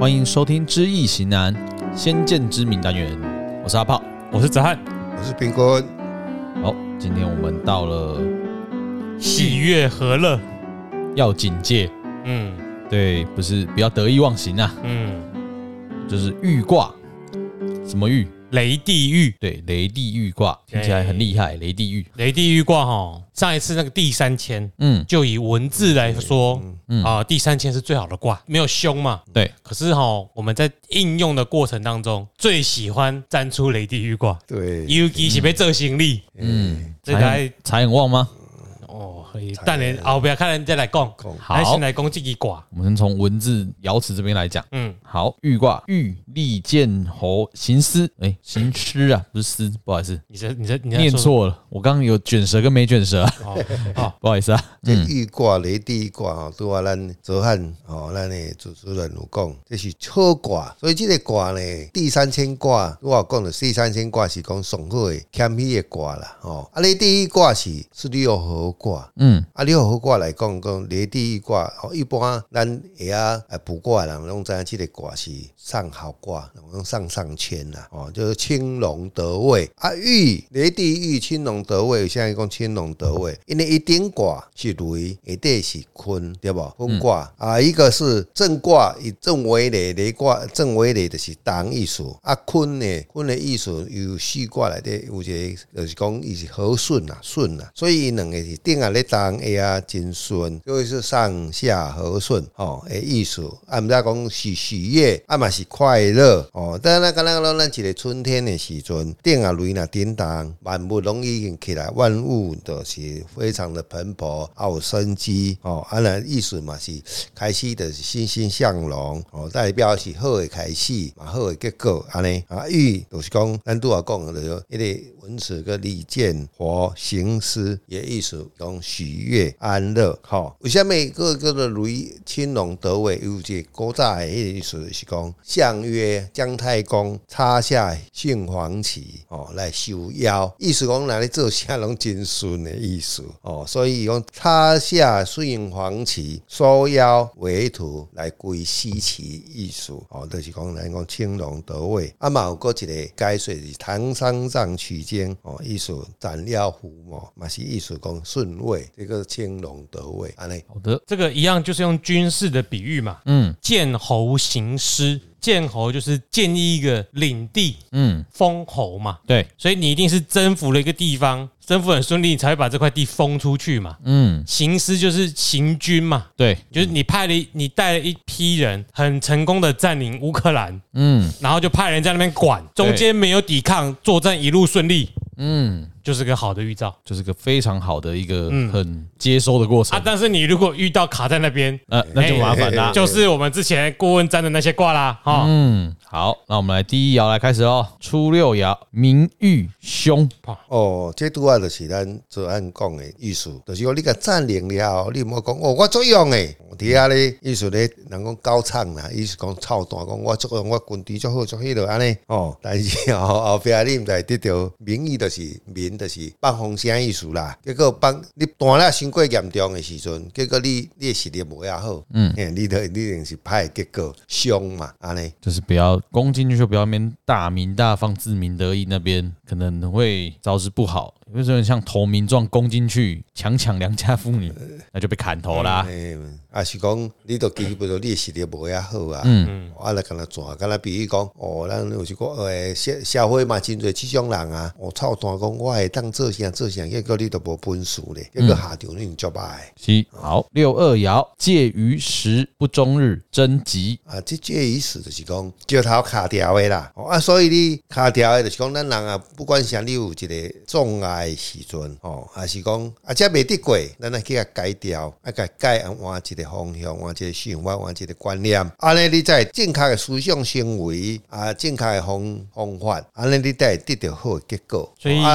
欢迎收听《知易行难》先见之明单元，我是阿炮， 我是子翰， 我是冰棍。 好，今天我们到了喜悦和乐， 要警戒，对，不要得意忘形啊，就是豫卦，什么豫？ 雷地豫， 对，雷地豫卦听起来很厉害，雷地豫， 雷地豫卦哈，上一次那个第3000，就以文字来说，第3000是最好的卦，没有凶嘛， 对。 可是哈，我们在应用的过程当中，最喜欢占出雷地豫卦， 对， 尤其是要做生意，这个财很旺吗？ 哦，可以，但你后边看人家来讲， 好， 先来讲这个卦。 我们先从文字爻辞这边来讲。好，豫卦，豫利剑侯行师，行师啊，不是师，不好意思，你念错了，我刚刚有卷舌跟没卷舌啊，不好意思啊。 这豫卦、雷地豫卦哈，都话咱泽汉咱的主持人有讲，这是好卦，所以这个卦呢，第3000卦，我讲的第3000卦是讲上好的谦虚的卦啦，雷地豫卦是六合卦。六合卦来讲，雷地豫卦，一般咱下卜卦的人拢知影这个卦是上好卦，用上签啦，就是青龙得位啊。雷地豫青龙得位，现在讲青龙得位，因为一顶卦是雷，下底是坤，对不？坤卦一个是正卦，以正为雷，雷卦正为雷就是当意思啊。坤呢，坤的意思有4卦内底有一个，就是讲伊是和顺啦，顺啦，所以两个是顶下咧当下真顺，就是上下和顺的意思。啊，毋知讲是喜悦，嘛是快乐但咱一个春天的时阵，顶下雷若叮当，万物拢已经起来，万物都是非常的蓬勃，有生机那意思嘛是开始的是欣欣向荣代表是好的开始，好的结果安尼豫就是讲咱拄仔讲的就是迄个文辞个利剑和行师也意思讲喜悦安乐为什么个的雷青龙得位有一个古早的意思是讲相约姜太公插下杏黄旗来收腰，意思讲哪里做啥拢真顺的意思所以用插下杏黄旗收腰为图来归西岐意思就是讲咱讲青龙得位嘛有个一个解说是唐三藏取经意思斩了伏魔嘛是意思讲顺位，这个青龙得位安尼。 好的， 这个一样就是用军事的比喻嘛，剑侯行师。建侯就是建立一个领地，封侯嘛，对，所以你一定是征服了一个地方，征服很顺利，你才会把这块地封出去嘛。行师就是行军嘛，对，就是你带了一批人，很成功的占领乌克兰，然后就派人在那边管，中间没有抵抗，作战一路顺利，就是个好的预兆， 就是个非常好的一个很接收的过程但是你如果遇到卡在那边， 那就麻烦啦， 就是我们之前顾问占的那些卦啦。 好，那我们来第一爻来开始咯。初六爻，明豫凶。 这拄仔就是咱昨暗讲的意思，就是讲你甲占领了后，你莫讲我作用的，底下咧意思咧，人讲高唱啦，意思讲操蛋，讲我作用，我军队足好足迄落安尼但是后壁你毋知得到民意，就是民就是放风声意思啦。结果你弹了伤过严重的时阵，结果你的实力无遐好，你一定是歹结果凶嘛安尼， 就是不要攻进去，就不要面大鸣大放、自鸣得意，那边可能会招致不好。有时候像投名状攻进去，强抢良家妇女，那就被砍头啦。 是讲你都基本上你的实力无遐好来跟他转，跟他比喻讲咱有一个社会嘛，真侪这种人啊，操蛋讲我会当做啥，结果你都无本事咧，结果下场你就歹。 是好，六二爻，介于时不终日，贞吉这介于时就是讲石头卡条的啦所以你卡条的就是讲咱人不管啥你有一个障碍的时阵还是讲这未得过，咱去甲改掉，改换一个方向，换一个想法，换一个观念，安尼你在正确的思想行为正确的方法，安尼你才会得到好的结果。所以无你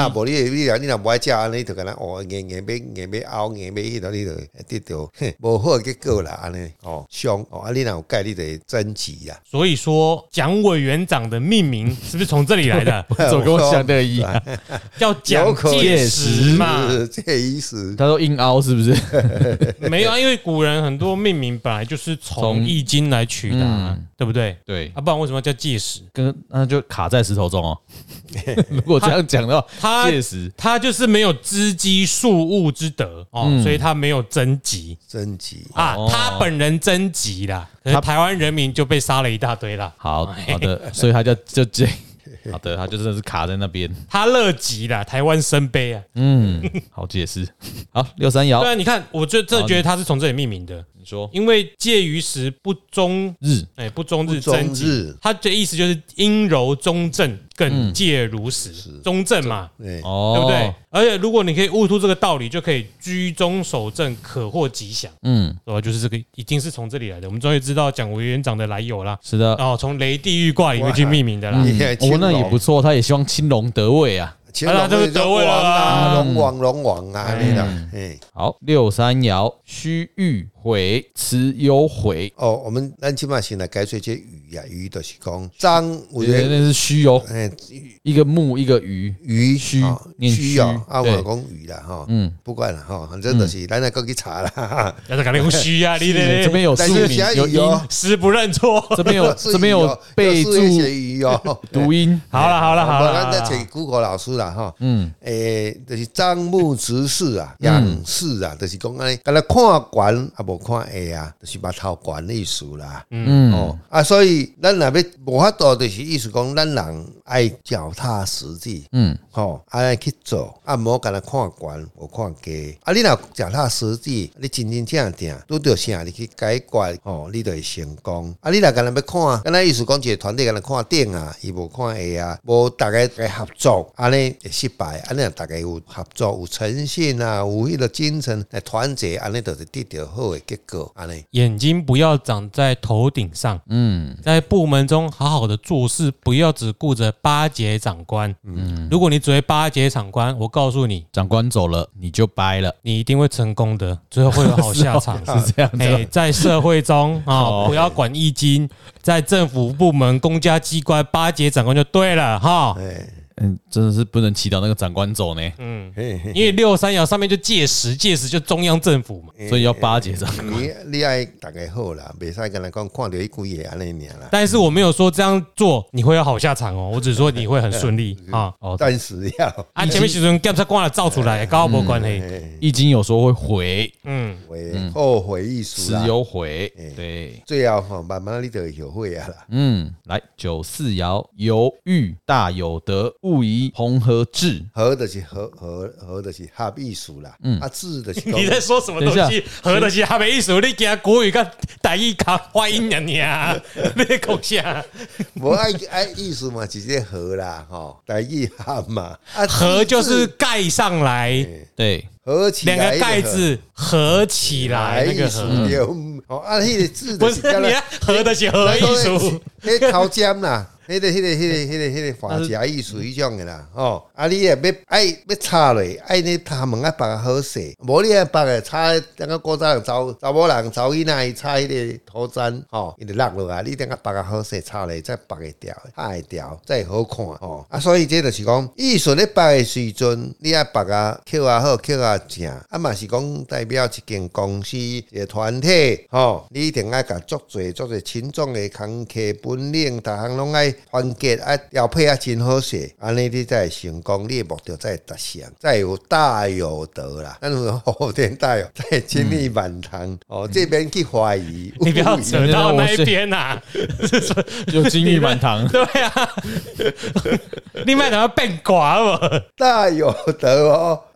你若不爱食安尼，就敢若硬要拗，硬要迄个，你就得到无好结果啦，安尼伤你若有钙，你得增肌啦。 所以说，蒋委员长的命名是不是从这里来的？ 怎么跟我想的一样？ 叫蒋介石嘛， 这意思。 他说硬凹是不是？ 没有啊，因为古人很多命名本来就是从易经来取的，对不对？ 对啊，不然为什么叫介石？ 那就卡在石头中哦。如果这样讲的话，介石他就是没有知机数物之德所以他没有征集啊，他本人征集啦，可是台湾人民就被杀了一大堆啦。 好的，所以他就这。好的，他就真的是卡在那边。 他乐极啦，台湾生悲啊。 好解释。好，63爻。 对啊，你看，我真的觉得他是从这里命名的。 你说， 因为介于时不终日，不终日征吉，他的意思就是阴柔中正，耿介如实，中正嘛，对不对？而且如果你可以悟出这个道理，就可以居中守正，可获吉祥。对吧？就是这个，一定是从这里来的。我们终于知道蒋委员长的来由啦。 是的， 从雷地狱卦里面去命名的啦。 那也不错，他也希望青龙得位啊。 他就是得位了啦， 龙王啊，你啦。 好，63爻，虚欲悔，辞有悔。 我们咱起码先来解说这鱼啊，鱼就是讲张， 我觉得那是虚哦，一个木一个鱼，虚念虚哦，我讲鱼啦哈，不管了哈，反正就是咱来过去查啦。 要是讲你用虚啊，你这边有书名有音， 师不认错， 这边有备注鱼哦， 读音。 好了， 咱再请Google老师啦哈，就是张木直视啊，仰视啊，就是讲安尼，敢若看悬啊，无看下啊，就是把头悬的意思啦。所以咱若要无法度，就是意思讲，咱人爱脚踏实地，爱去做，无敢若看悬，无看低。你若脚踏实地，你真真正正拄着啥，你去解决，你就会成功。你若敢若要看，敢若意思讲，一个团队敢若看顶啊，伊无看下啊，无大家合作，安尼会失败。安尼大家有合作、有诚信啊，有迄个精神来团结，安尼就是得到好的结果。安尼眼睛不要长在头顶上，在部门中好好的做事，不要只顾着巴结长官。如果你只会巴结长官，我告诉你， 长官走了你就掰了， 你一定会成功的，最后会有好下场。 是这样子。 在社会中不要管易经，在政府部门、公家机关巴结长官就对了哈。 真的是不能祈祷那个长官走呢。 因为63爻上面就介石就中央政府嘛， 所以要巴结长官。你爱大家好啦，袂使跟他讲看到一几个安尼尔啦。 但是我没有说这样做你会有好下场我只是说你会很顺利暂时要前面时阵检察官照出来，跟我无关系。 易经有说会悔， 后悔意思啦， 只有悔。对， 最后慢慢你就会后悔啊啦。 来94爻，有欲大有德，勿以红和治。 和就是和就是合意思啦。治就是你在说什么东西？和就是合意思，你惊国语跟台语卡发音尔，你在讲啥？ 无爱意思嘛，直接和啦，台语合嘛。 和就是盖上来， 对， 合起来两个盖字合起来那个和。 迄个字不是你和的是和意思， 迄头尖啦。迄个画家艺术迄种的啦，你也要插落，你他们绑个好势，无你绑个插，等个古早查某人查囡仔伊插迄个土毡，伊就落落啊，你等个绑个好势插落，再绑会掉，拍会掉，再好看所以这就是讲，艺术咧绑的时阵，你爱绑个扣啊好，扣啊正，嘛是讲代表一间公司一个团体，你一定爱甲足侪群众的工课本领，逐项拢爱。团结调配真好势，安尼你才会成功，你的目标才会达成，才有大有德啦。咱有后天大有，才会精力满堂。这边去怀疑， 你不要扯到那一边呐， 有精力满堂。 对啊，你卖怎么变寡了？ 大有德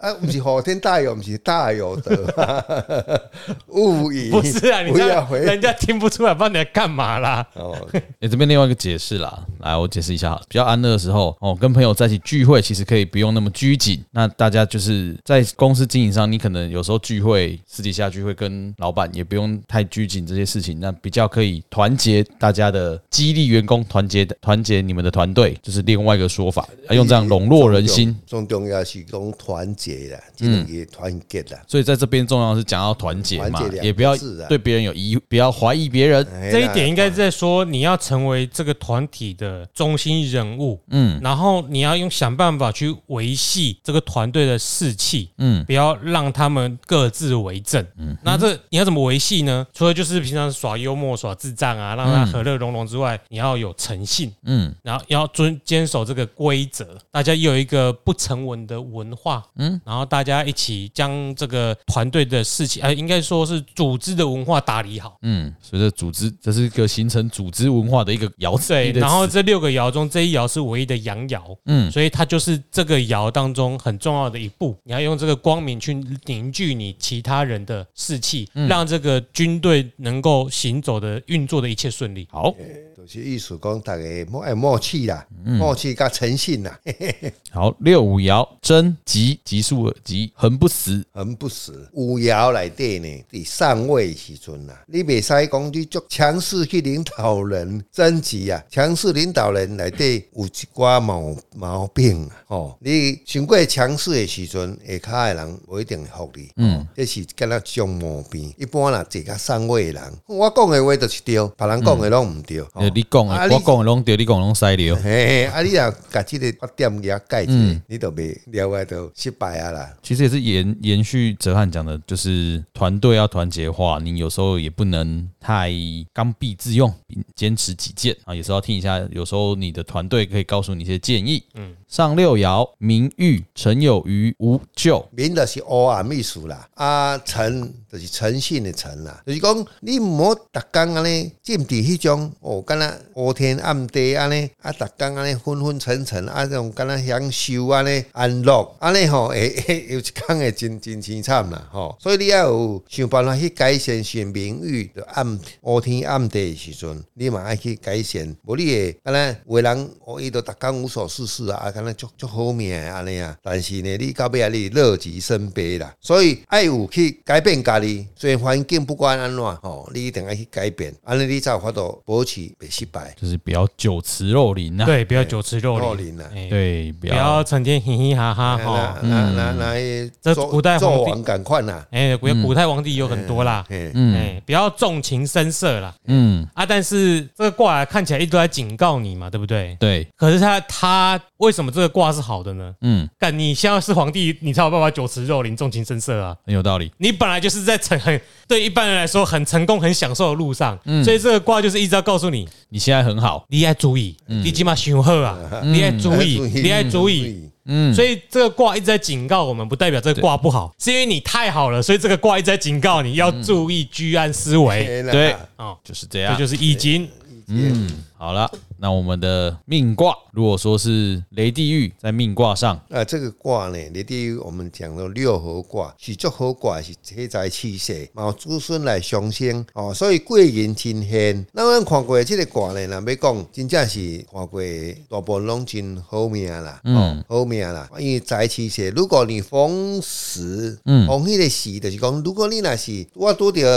啊，不是后天大有，不是大有德，勿以不是啊，你这样人家听不出来，不知道你在干嘛啦。 这边另外一个解释啦，来我解释一下，比较安乐的时候跟朋友在一起聚会，其实可以不用那么拘谨。那大家就是在公司经营上，你可能有时候聚会，私底下聚会跟老板也不用太拘谨这些事情，那比较可以团结大家的，激励员工，团结你们的团队，就是另外一个说法，用这样笼络人心。 最重要是讲团结啦，这个团结啦。 所以在这边重要是讲到团结嘛，也不要对别人有不要怀疑别人。 这一点应该在说，你要成为这个团体的中心人物，然后你要想办法去维系这个团队的士气，不要让他们各自为政。那这你要怎么维系呢？除了就是平常耍幽默、耍智障啊，让他和乐融融之外，你要有诚信，然后要坚守这个规则，大家有一个不成文的文化，然后大家一起将这个团队的士气，应该说是组织的文化打理好。 所以这组织，这是一个形成组织文化的一个爻辞。 对，然后这6个爻中，这一爻是唯一的阳爻，所以它就是这个爻当中很重要的一步。你要用这个光明去凝聚你其他人的士气，让这个军队能够行走的运作的一切顺利。 好， 就是意思讲大家要默契啦，默契加诚信啦。 好，6、5爻贞吉，吉数吉，恒不死， 恒不死。5爻内底呢，伫上位时阵啦，你袂使讲你足强势去领导人，贞吉啊，强势领导人内底有一寡毛病啊。你伤过强势的时阵，下骹的人不一定会服你。这是敢若种毛病。一般啦，坐较上位的人，我讲的话就是对，别人讲的拢唔对。 你讲的，我讲的拢对，你讲拢犀利。 你若把这个发点给他盖住，你都袂了解就失败啊啦。 其实也是延续哲翰讲的，就是团队要团结化，你有时候也不能太刚愎自用，坚持己见啊，有时候要听一下，有时候你的团队可以告诉你一些建议。上6爻明喻，诚有余无咎。 明就是黑暗意思啦，诚就是诚信的诚啦，就是讲你唔好逐工安尼浸伫迄种敢若乌天暗地安尼，逐工安尼昏昏沉沉，这种敢若享受安尼安乐安尼有一天会真凄惨啦所以你要有想办法去改善选名誉的乌天暗地的时阵，你嘛爱去改善，无你会敢若有的人伊都逐工无所事事啊，敢若足好命安尼啊，但是呢，你到尾啊你乐极生悲啦，所以爱有去改变家己，虽然环境不管安怎你一定要去改变，安尼你才有法度保持袂失败， 就是不要酒池肉林啊， 对，不要酒池肉林啊，对，不要成天嘻嘻哈哈这古代皇帝赶快啦， 古代皇帝有很多啦，不要纵情声色啦，但是这个卦看起来一直都在警告你嘛，对不对？ 对， 可是他为什么这个卦是好的呢？干你现在是皇帝，你才有办法酒池肉林、纵情声色啊， 很有道理。 你本来就是在对一般人来说很成功、很享受的路上，所以这个卦就是一直要告诉你， 你现在很好， 你要注意，你起码想好啊，你要注意，你要注意。所以这个卦一直在警告我们，不代表这个卦不好，是因为你太好了，所以这个卦一直在警告你要注意居安思危。 对，就是这样， 这就是易经。 好了，那我们的命卦，如果说是雷地狱在命卦上， 这个卦呢，雷地狱我们讲到6合卦是足好卦，是体财气势，有子孙来相生所以贵人亲现。咱看过这个卦呢，若要讲真正是看过大部分拢真好命啦，好命啦，因为财气势，如果你逢时，逢迄个时，就是讲，如果你若是我拄到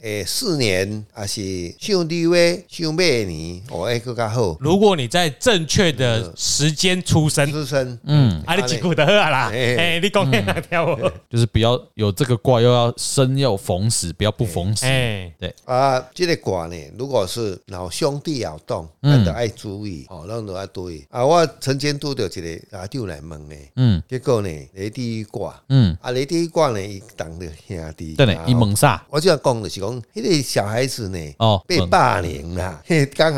4年，还是上2月、上8年，会更加好。 如果你在正确的时间出生，你几股的好啦，你讲哪条？ 就是不要有这个卦，又要生要逢时，不要不逢时。对这个卦呢，如果是老兄弟要动，咱就爱注意咱就要注意我曾经拄到一个家长来问呢，结果呢，雷地狱卦，雷地狱卦呢，伊当着兄弟， 对呢，伊问啥？ 我就要讲就是讲，迄个小孩子呢，被霸凌啦，刚好是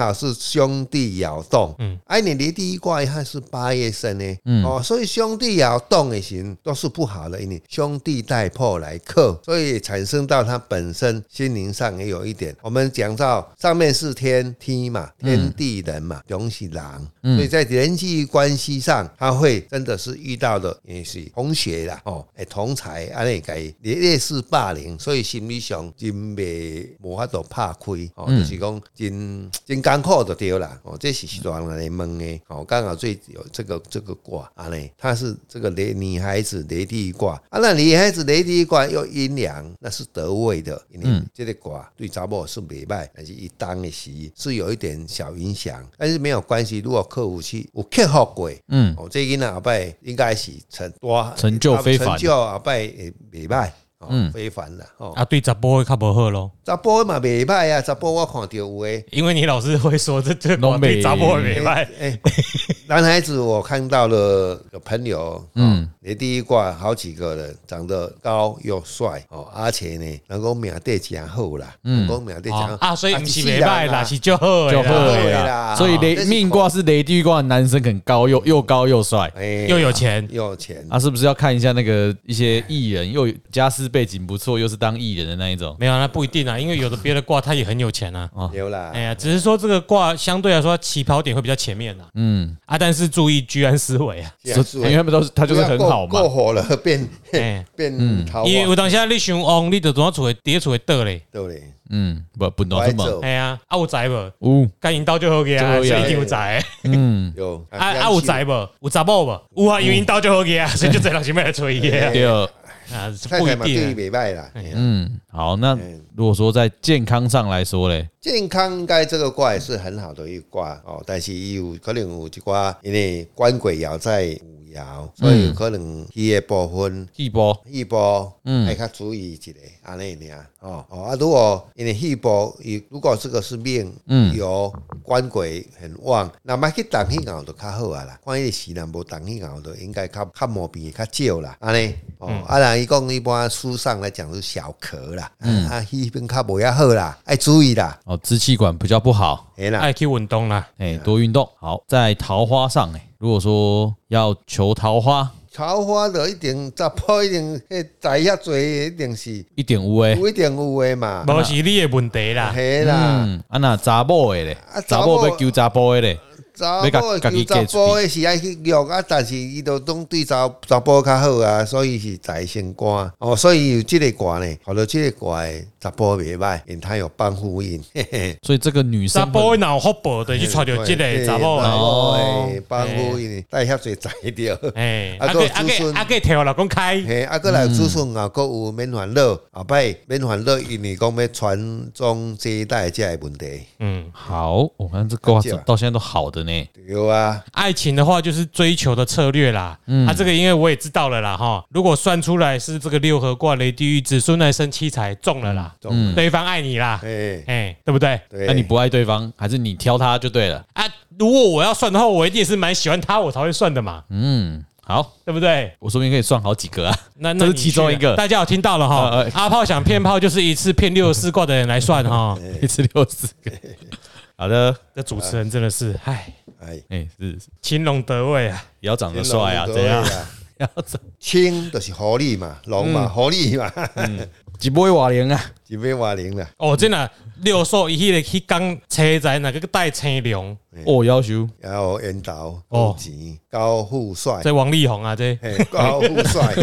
兄弟爻动，你的第一卦它是8月生呢，所以兄弟爻动的时候都是不好的，因为兄弟带破来克，所以产生到他本身心灵上也有一点。我们讲到上面是天嘛，天地人嘛，中是狼，所以在人际关系上，他会真的是遇到的也是同学啦，同才安尼个类似霸凌，所以心理上真无法度拍开，就是讲真艰苦就对啦，这是许多人来问的，刚好最有这个卦安尼，它是这个女孩子雷地卦那女孩子雷地卦又阴阳，那是得位的，因为这个卦对查某是袂歹，但是一当的时是有一点小影响，但是没有关系，如果克服去有克服过，这囡仔后摆应该是成就非凡， 成就后摆会袂歹。非凡啦， 对查甫会较无好咯。 查甫嘛袂歹啊，查甫我看到有诶， 因为你老是会说这对查甫袂歹。 男孩子我看到了有朋友，你第一卦好几个人长得高又帅而且呢，能够命底真好啦，能够命底真好所以不是袂歹啦，是就好啦。 所以命卦是雷地卦，男生很高又高又帅， 又有钱， 是不是要看一下那个一些艺人又家世背景不错，又是当艺人的那一种？ 没有，那不一定啊，因为有的别的卦他也很有钱啊。 有啦， 只是说这个卦相对来说起跑点会比较前面啊。但是注意居安思危啊， 因为他们他就是很好嘛， 过火了变桃花。 因为有当时你想旺，你就怎厝会跌厝会倒嘞， 不懂什么？ 有财无？有，干引导就好个啊，所以一定有财。 有有财无？有查某无？有啊，有引导就好个啊，所以就这人想要来吹个。 对。 不一定袂歹啦。 好，那如果说在健康上来说嘞， 健康应该这个卦也是很好的一卦但是有可能有一卦，因为官鬼爻在5爻，所以有可能气的部分气波要较注意一下，安尼尔如果因为气波，如果这个是命有官鬼很旺，那么去动气爻就较好啊啦。看伊时人无动气爻就应该较毛病较少啦，安尼人伊讲一般书上来讲是小咳啦，气病较无遐好啦，爱注意啦。 支气管比较不好， 爱去运动啦， 多运动。好，在桃花上如果说要求桃花的一定查甫一定在遐做，一定是一定有诶， 一定有诶嘛， 无是你的问题啦， 嘿啦。 那查某诶咧，查某要求查甫诶咧。 查甫求查甫的是爱去约但是伊都拢对查甫较好啊，所以是财星官所以有这个卦呢，好了，这个卦的查甫袂歹，因他有帮扶运， 所以这个女生查甫脑福报的去揣着这个查某帮扶运带遐侪财着， 个跳老公开， 个来子孙啊，个有免烦恼，后摆免烦恼，因为讲要传宗接代这个问题。 好，我看这卦到现在都好的。 有啊， 爱情的话就是追求的策略啦。这个因为我也知道了啦哈。如果算出来是这个六合卦雷地狱子孙来生七财中了啦，对方爱你啦，对不对？ 那你不爱对方，还是你挑他就对了啊？ 如果我要算的话，我一定是蛮喜欢他，我才会算的嘛。 好， 对不对？ 我说不定可以算好几个啊， 这是其中一个。 大家有听到了哈？阿炮想骗炮，就是一次骗64卦的人来算哈， 一次64个。好的， 这主持人真的是， 是青龙得位啊， 也要长得帅啊，怎样？ 青就是狐狸嘛，龙嘛，狐狸嘛， 一杯瓦零啊， 一杯瓦零啦。 真的六兽伊迄个去讲车仔那个带青龙， 要求要缘投有钱高富帅， 这王力宏啊，这高富帅，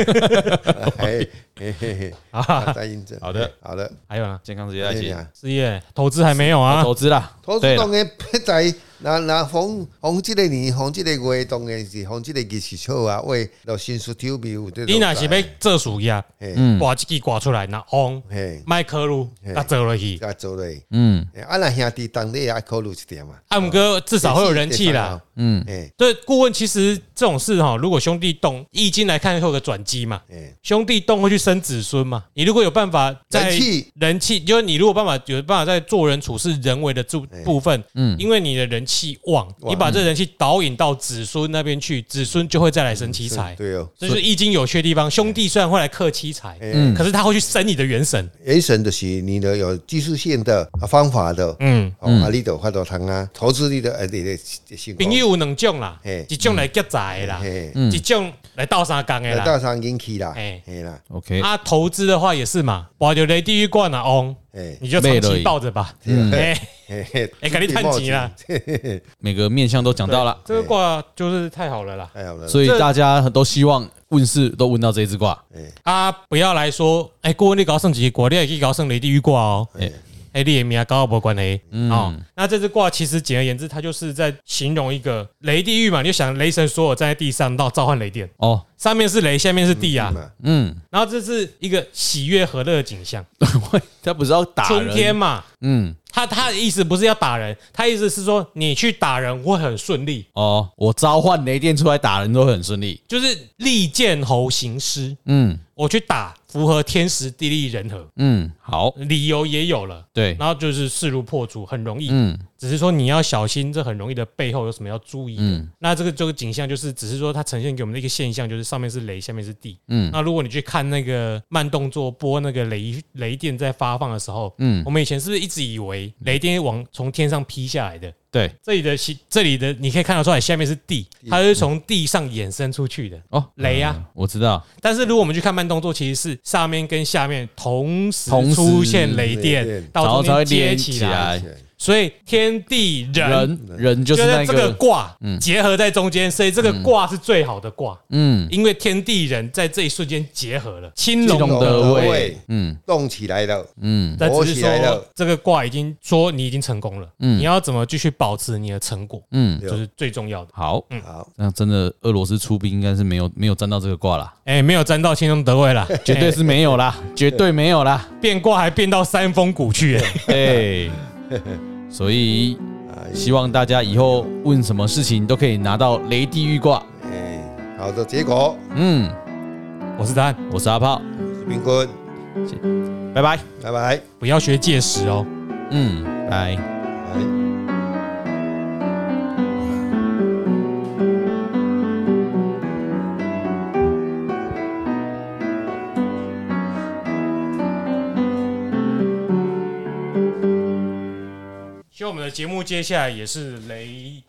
好的，还有呢， 健康事业在事业投资还没有啊， 投资啦， 投资当然在那逢这个年逢这个月当然是逢这个日是好啊，为了新书丢比有你若是要做事业，挂一支挂出来，那旺，卖考虑，甲做落去， 那兄弟当地也考虑一点嘛， 不过至少会有人气啦， 对，顾问其实这种事哈，如果兄弟动易经来看会有个转机嘛，兄弟动会去生子孙嘛。你如果有办法在人气，就是你如果有办法在做人处事人为的部分，因为你的人气旺，你把这人气导引到子孙那边去，子孙就会再来生七财。对哦，这就是易经有趣的地方。兄弟虽然会来克七财，可是他会去生你的元神。 元神就是你的有技术性的方法的，你就发到通啊，投资你的朋友有两种啦，一种来劫财啦，一种来倒三工的啦， 倒三引起啦 ，OK。 投资的话也是嘛，保就雷地狱罐啊，你就长期抱着吧，给你探钱啦。 每个面向都讲到了， 这个卦就是太好了啦， 所以大家都希望问世都问到这一支卦， 不要来说，顾问你搞剩几个卦，你也可以搞剩雷地狱卦哦。你的名跟我没关系那这支卦其实简而言之，它就是在形容一个雷地狱嘛，你就想雷神所有站在地上，到召唤雷电上面是雷，下面是地啊，然后这是一个喜悦和乐的景象。 他不是要打人， 春天嘛，他的意思不是要打人，他意思是说你去打人会很顺利我召唤雷电出来打人都会很顺利， 就是利剑侯行师，我去打符合天时地利人和， 好， 理由也有了， 对， 然后就是势如破竹，很容易，只是说你要小心，这很容易的背后有什么要注意的。那这个景象就是只是说它呈现给我们的一个现象，就是上面是雷，下面是地。那如果你去看那个慢动作播那个雷电在发放的时候，我们以前是不是一直以为雷电从天上劈下来的？ 对， 这里的你可以看得出来，下面是地，它是从地上衍生出去的雷啊， 我知道。 但是如果我们去看慢动作，其实是上面跟下面同时出现雷电，到中间接起来。所以天地人就是那个这个卦结合在中间，所以这个卦是最好的卦。因为天地人在这一瞬间结合了，青龙得位， 动起来了， 但只是说这个卦已经说你已经成功了，你要怎么继续保持你的成果，就是最重要的。 好，那真的俄罗斯出兵应该是没有沾到这个卦啦， 没有沾到青龙得位啦， 绝对是没有啦，绝对没有啦， 变卦还变到山峰谷去， 所以希望大家以后问什么事情都可以拿到雷地狱卦。 好的结果。 我是丹， 我是阿炮， 我是冰棍， 拜拜， 拜拜， 不要学戒石哦。 拜。 希望我们的节目接下来也是雷